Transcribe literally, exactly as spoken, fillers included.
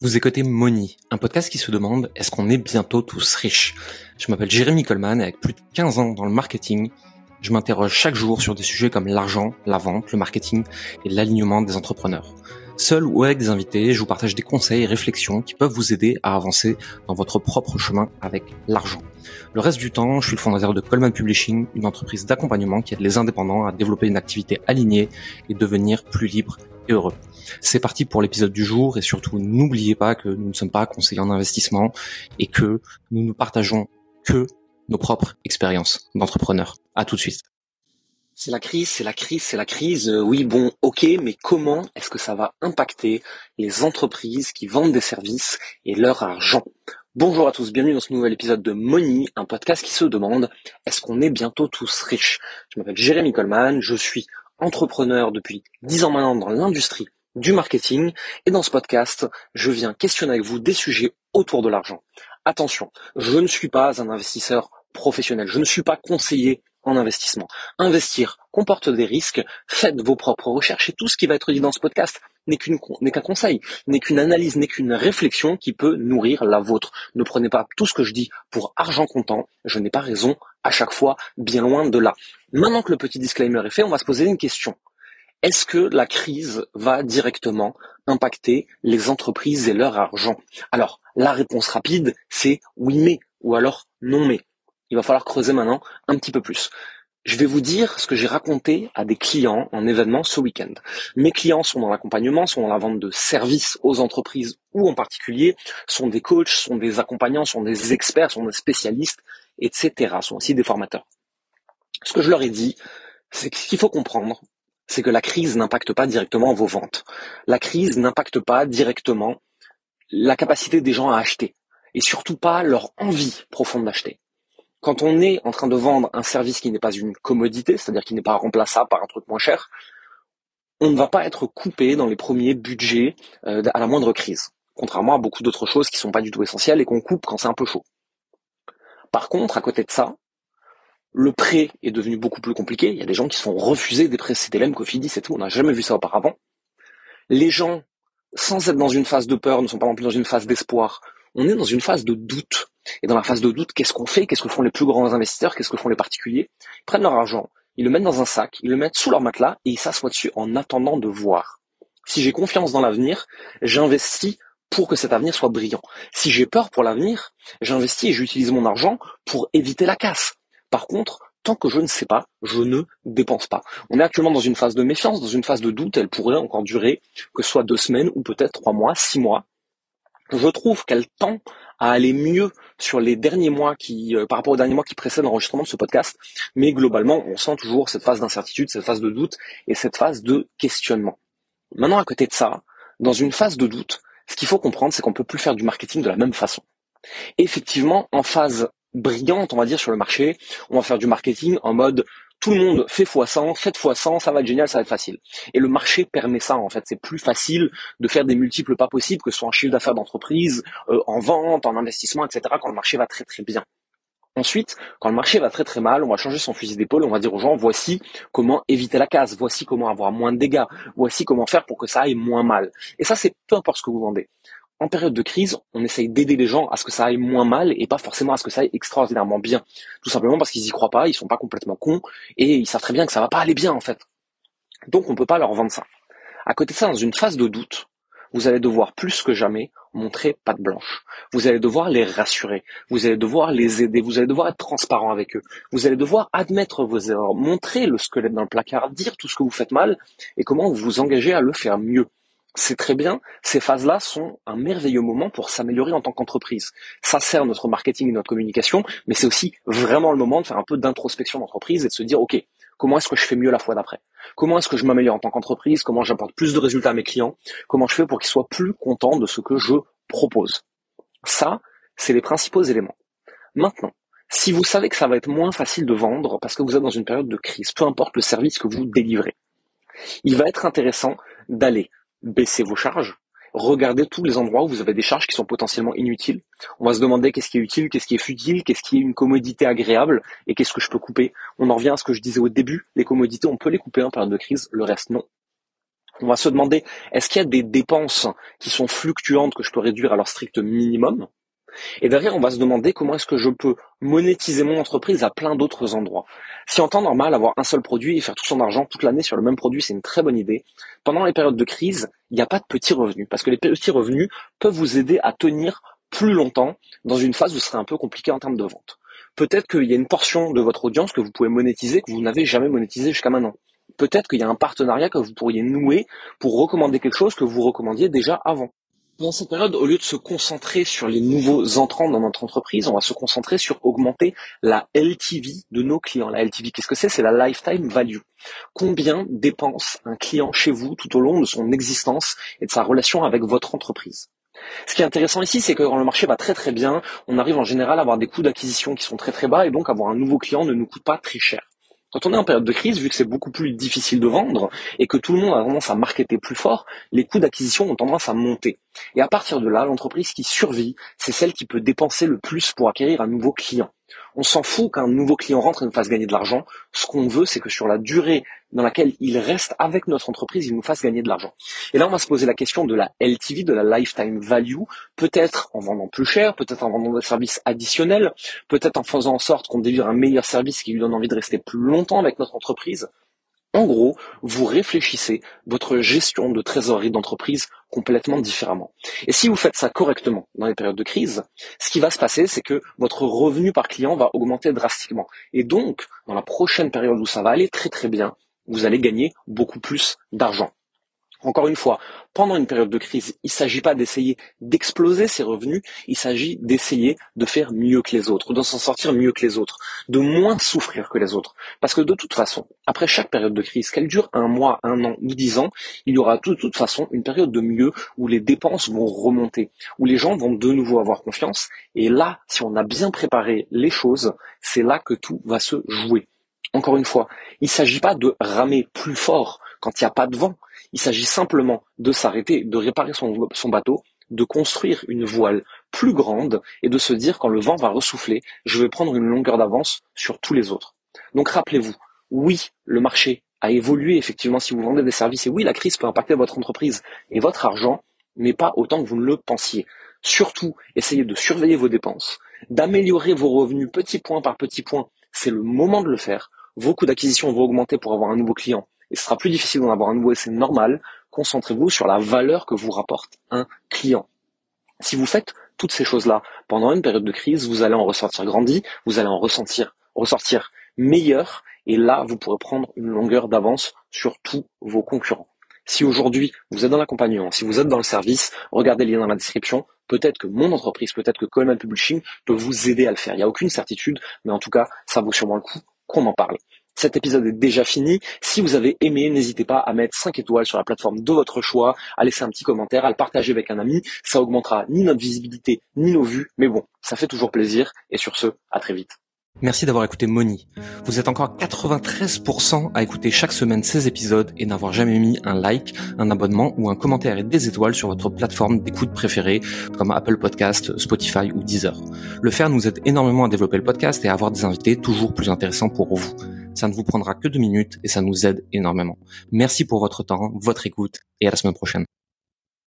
Vous écoutez Money, un podcast qui se demande est-ce qu'on est bientôt tous riches. Je m'appelle Jérémy Coleman et avec plus de quinze ans dans le marketing, je m'interroge chaque jour sur des sujets comme l'argent, la vente, le marketing et l'alignement des entrepreneurs. Seul ou avec des invités, je vous partage des conseils et réflexions qui peuvent vous aider à avancer dans votre propre chemin avec l'argent. Le reste du temps, je suis le fondateur de Coleman Publishing, une entreprise d'accompagnement qui aide les indépendants à développer une activité alignée et devenir plus libre et heureux. C'est parti pour l'épisode du jour et surtout n'oubliez pas que nous ne sommes pas conseillers en investissement et que nous ne partageons que nos propres expériences d'entrepreneurs. À tout de suite. C'est la crise, c'est la crise, c'est la crise. Euh, oui, bon, ok, mais comment est-ce que ça va impacter les entreprises qui vendent des services et leur argent? Bonjour à tous, bienvenue dans ce nouvel épisode de Money, un podcast qui se demande est-ce qu'on est bientôt tous riches? Je m'appelle Jérémy Coleman, je suis entrepreneur depuis dix ans maintenant dans l'industrie du marketing et dans ce podcast, je viens questionner avec vous des sujets autour de l'argent. Attention, je ne suis pas un investisseur professionnel, je ne suis pas conseiller en investissement. Investir comporte des risques, faites vos propres recherches et tout ce qui va être dit dans ce podcast n'est qu'une, n'est qu'un conseil, n'est qu'une analyse, n'est qu'une réflexion qui peut nourrir la vôtre. Ne prenez pas tout ce que je dis pour argent comptant, je n'ai pas raison à chaque fois, bien loin de là. Maintenant que le petit disclaimer est fait, on va se poser une question. Est-ce que la crise va directement impacter les entreprises et leur argent? Alors, la réponse rapide, c'est oui mais, ou alors non mais. Il va falloir creuser maintenant un petit peu plus. Je vais vous dire ce que j'ai raconté à des clients en événement ce week-end. Mes clients sont dans l'accompagnement, sont dans la vente de services aux entreprises ou en particulier, sont des coachs, sont des accompagnants, sont des experts, sont des spécialistes, et cetera. Sont aussi des formateurs. Ce que je leur ai dit, c'est que ce qu'il faut comprendre, c'est que la crise n'impacte pas directement vos ventes. La crise n'impacte pas directement la capacité des gens à acheter et surtout pas leur envie profonde d'acheter. Quand on est en train de vendre un service qui n'est pas une commodité, c'est-à-dire qui n'est pas remplaçable par un truc moins cher, on ne va pas être coupé dans les premiers budgets euh, à la moindre crise, contrairement à beaucoup d'autres choses qui sont pas du tout essentielles et qu'on coupe quand c'est un peu chaud. Par contre, à côté de ça, le prêt est devenu beaucoup plus compliqué. Il y a des gens qui se font refuser des prêts C T L M, Cofidis et tout. On n'a jamais vu ça auparavant. Les gens, sans être dans une phase de peur, ne sont pas non plus dans une phase d'espoir. On est dans une phase de doute. Et dans la phase de doute, qu'est-ce qu'on fait? Qu'est-ce que font les plus grands investisseurs? Qu'est-ce que font les particuliers? Ils prennent leur argent, ils le mettent dans un sac, ils le mettent sous leur matelas et ils s'assoient dessus en attendant de voir. Si j'ai confiance dans l'avenir, j'investis pour que cet avenir soit brillant. Si j'ai peur pour l'avenir, j'investis et j'utilise mon argent pour éviter la casse. Par contre, tant que je ne sais pas, je ne dépense pas. On est actuellement dans une phase de méfiance, dans une phase de doute, elle pourrait encore durer que ce soit deux semaines ou peut-être trois mois, six mois. Je trouve qu'elle tend à aller mieux sur les derniers mois qui, euh, par rapport aux derniers mois qui précèdent l'enregistrement de ce podcast, mais globalement, on sent toujours cette phase d'incertitude, cette phase de doute et cette phase de questionnement. Maintenant, à côté de ça, dans une phase de doute, ce qu'il faut comprendre, c'est qu'on peut plus faire du marketing de la même façon. Et effectivement, en phase brillante, on va dire, sur le marché, on va faire du marketing en mode tout le monde fait fois cent, faites fois cent, ça va être génial, ça va être facile. Et le marché permet ça, en fait. C'est plus facile de faire des multiples pas possibles, que ce soit en chiffre d'affaires d'entreprise, euh, en vente, en investissement, et cetera, quand le marché va très très bien. Ensuite, quand le marché va très très mal, on va changer son fusil d'épaule, on va dire aux gens, voici comment éviter la casse, voici comment avoir moins de dégâts, voici comment faire pour que ça aille moins mal. Et ça, c'est peu importe ce que vous vendez. En période de crise, on essaye d'aider les gens à ce que ça aille moins mal et pas forcément à ce que ça aille extraordinairement bien. Tout simplement parce qu'ils y croient pas, ils sont pas complètement cons et ils savent très bien que ça va pas aller bien en fait. Donc on peut pas leur vendre ça. À côté de ça, dans une phase de doute, vous allez devoir plus que jamais montrer patte blanche. Vous allez devoir les rassurer. Vous allez devoir les aider. Vous allez devoir être transparent avec eux. Vous allez devoir admettre vos erreurs, montrer le squelette dans le placard, dire tout ce que vous faites mal et comment vous vous engagez à le faire mieux. C'est très bien, ces phases-là sont un merveilleux moment pour s'améliorer en tant qu'entreprise. Ça sert notre marketing et notre communication, mais c'est aussi vraiment le moment de faire un peu d'introspection d'entreprise et de se dire, ok, comment est-ce que je fais mieux la fois d'après? Comment est-ce que je m'améliore en tant qu'entreprise? Comment j'apporte plus de résultats à mes clients? Comment je fais pour qu'ils soient plus contents de ce que je propose? Ça, c'est les principaux éléments. Maintenant, si vous savez que ça va être moins facile de vendre parce que vous êtes dans une période de crise, peu importe le service que vous délivrez, il va être intéressant d'aller baisser vos charges, regardez tous les endroits où vous avez des charges qui sont potentiellement inutiles. On va se demander qu'est-ce qui est utile, qu'est-ce qui est futile, qu'est-ce qui est une commodité agréable et qu'est-ce que je peux couper. On en revient à ce que je disais au début, les commodités, on peut les couper en période de crise, le reste non. On va se demander, est-ce qu'il y a des dépenses qui sont fluctuantes que je peux réduire à leur strict minimum? Et derrière, on va se demander comment est-ce que je peux monétiser mon entreprise à plein d'autres endroits. Si en temps normal, avoir un seul produit et faire tout son argent toute l'année sur le même produit, c'est une très bonne idée. Pendant les périodes de crise, il n'y a pas de petits revenus, parce que les petits revenus peuvent vous aider à tenir plus longtemps dans une phase où ce serait un peu compliqué en termes de vente. Peut-être qu'il y a une portion de votre audience que vous pouvez monétiser, que vous n'avez jamais monétisé jusqu'à maintenant. Peut-être qu'il y a un partenariat que vous pourriez nouer pour recommander quelque chose que vous recommandiez déjà avant. Dans cette période, au lieu de se concentrer sur les nouveaux entrants dans notre entreprise, on va se concentrer sur augmenter la L T V de nos clients. La L T V, qu'est-ce que c'est? C'est la Lifetime Value. Combien dépense un client chez vous tout au long de son existence et de sa relation avec votre entreprise? Ce qui est intéressant ici, c'est que quand le marché va très très bien, on arrive en général à avoir des coûts d'acquisition qui sont très très bas et donc avoir un nouveau client ne nous coûte pas très cher. Quand on est en période de crise, vu que c'est beaucoup plus difficile de vendre et que tout le monde a tendance à marketer plus fort, les coûts d'acquisition ont tendance à monter. Et à partir de là, l'entreprise qui survit, c'est celle qui peut dépenser le plus pour acquérir un nouveau client. On s'en fout qu'un nouveau client rentre et nous fasse gagner de l'argent. Ce qu'on veut, c'est que sur la durée dans laquelle il reste avec notre entreprise, il nous fasse gagner de l'argent. Et là, on va se poser la question de la L T V, de la Lifetime Value, peut-être en vendant plus cher, peut-être en vendant des services additionnels, peut-être en faisant en sorte qu'on délivre un meilleur service qui lui donne envie de rester plus longtemps avec notre entreprise. En gros, vous réfléchissez votre gestion de trésorerie d'entreprise complètement différemment. Et si vous faites ça correctement dans les périodes de crise, ce qui va se passer, c'est que votre revenu par client va augmenter drastiquement. Et donc, dans la prochaine période où ça va aller très très bien, vous allez gagner beaucoup plus d'argent. Encore une fois, pendant une période de crise, il ne s'agit pas d'essayer d'exploser ses revenus, il s'agit d'essayer de faire mieux que les autres, de s'en sortir mieux que les autres, de moins souffrir que les autres. Parce que de toute façon, après chaque période de crise, qu'elle dure un mois, un an ou dix ans, il y aura de toute façon une période de mieux où les dépenses vont remonter, où les gens vont de nouveau avoir confiance. Et là, si on a bien préparé les choses, c'est là que tout va se jouer. Encore une fois, il ne s'agit pas de ramer plus fort quand il n'y a pas de vent. Il s'agit simplement de s'arrêter, de réparer son, son bateau, de construire une voile plus grande et de se dire quand le vent va ressouffler, je vais prendre une longueur d'avance sur tous les autres. Donc rappelez-vous, oui, le marché a évolué effectivement si vous vendez des services et oui, la crise peut impacter votre entreprise et votre argent, mais pas autant que vous ne le pensiez. Surtout, essayez de surveiller vos dépenses, d'améliorer vos revenus petit point par petit point. C'est le moment de le faire. Vos coûts d'acquisition vont augmenter pour avoir un nouveau client. Et ce sera plus difficile d'en avoir un nouveau et c'est normal. Concentrez-vous sur la valeur que vous rapporte un client. Si vous faites toutes ces choses-là pendant une période de crise, vous allez en ressortir grandi, vous allez en ressentir, ressortir meilleur et là, vous pourrez prendre une longueur d'avance sur tous vos concurrents. Si aujourd'hui, vous êtes dans l'accompagnement, si vous êtes dans le service, regardez le lien dans la description. Peut-être que mon entreprise, peut-être que Coleman Publishing peut vous aider à le faire. Il n'y a aucune certitude, mais en tout cas, ça vaut sûrement le coup qu'on en parle. Cet épisode est déjà fini. Si vous avez aimé, n'hésitez pas à mettre cinq étoiles sur la plateforme de votre choix, à laisser un petit commentaire, à le partager avec un ami. Ça augmentera ni notre visibilité, ni nos vues. Mais bon, ça fait toujours plaisir. Et sur ce, à très vite. Merci d'avoir écouté Money. Vous êtes encore quatre-vingt-treize pour cent à écouter chaque semaine ces épisodes et n'avoir jamais mis un like, un abonnement ou un commentaire et des étoiles sur votre plateforme d'écoute préférée comme Apple Podcast, Spotify ou Deezer. Le faire nous aide énormément à développer le podcast et à avoir des invités toujours plus intéressants pour vous. Ça ne vous prendra que deux minutes et ça nous aide énormément. Merci pour votre temps, votre écoute et à la semaine prochaine.